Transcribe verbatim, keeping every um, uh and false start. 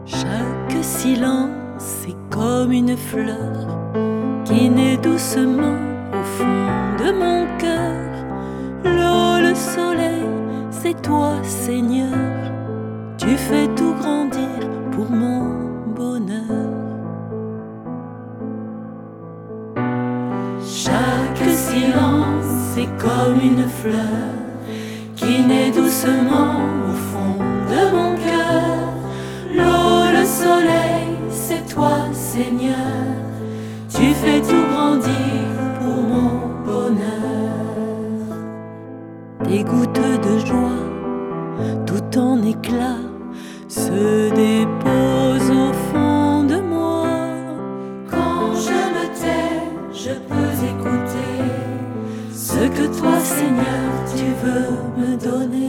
Chaque silence est comme une fleur qui naît doucement au fond de mon cœur. L'eau, le soleil, c'est toi, Seigneur. Tu fais tout grandir pour mon bonheur. Chaque silence est comme une fleur qui naît doucement au fond de mon cœur. L'eau, le soleil, c'est toi, Seigneur. Tu fais tout grandir pour mon bonheur. Des gouttes de joie, tout en éclat, se déposent au fond de moi. Quand je me tais, je peux écouter ce que toi, Seigneur, tu veux me donner.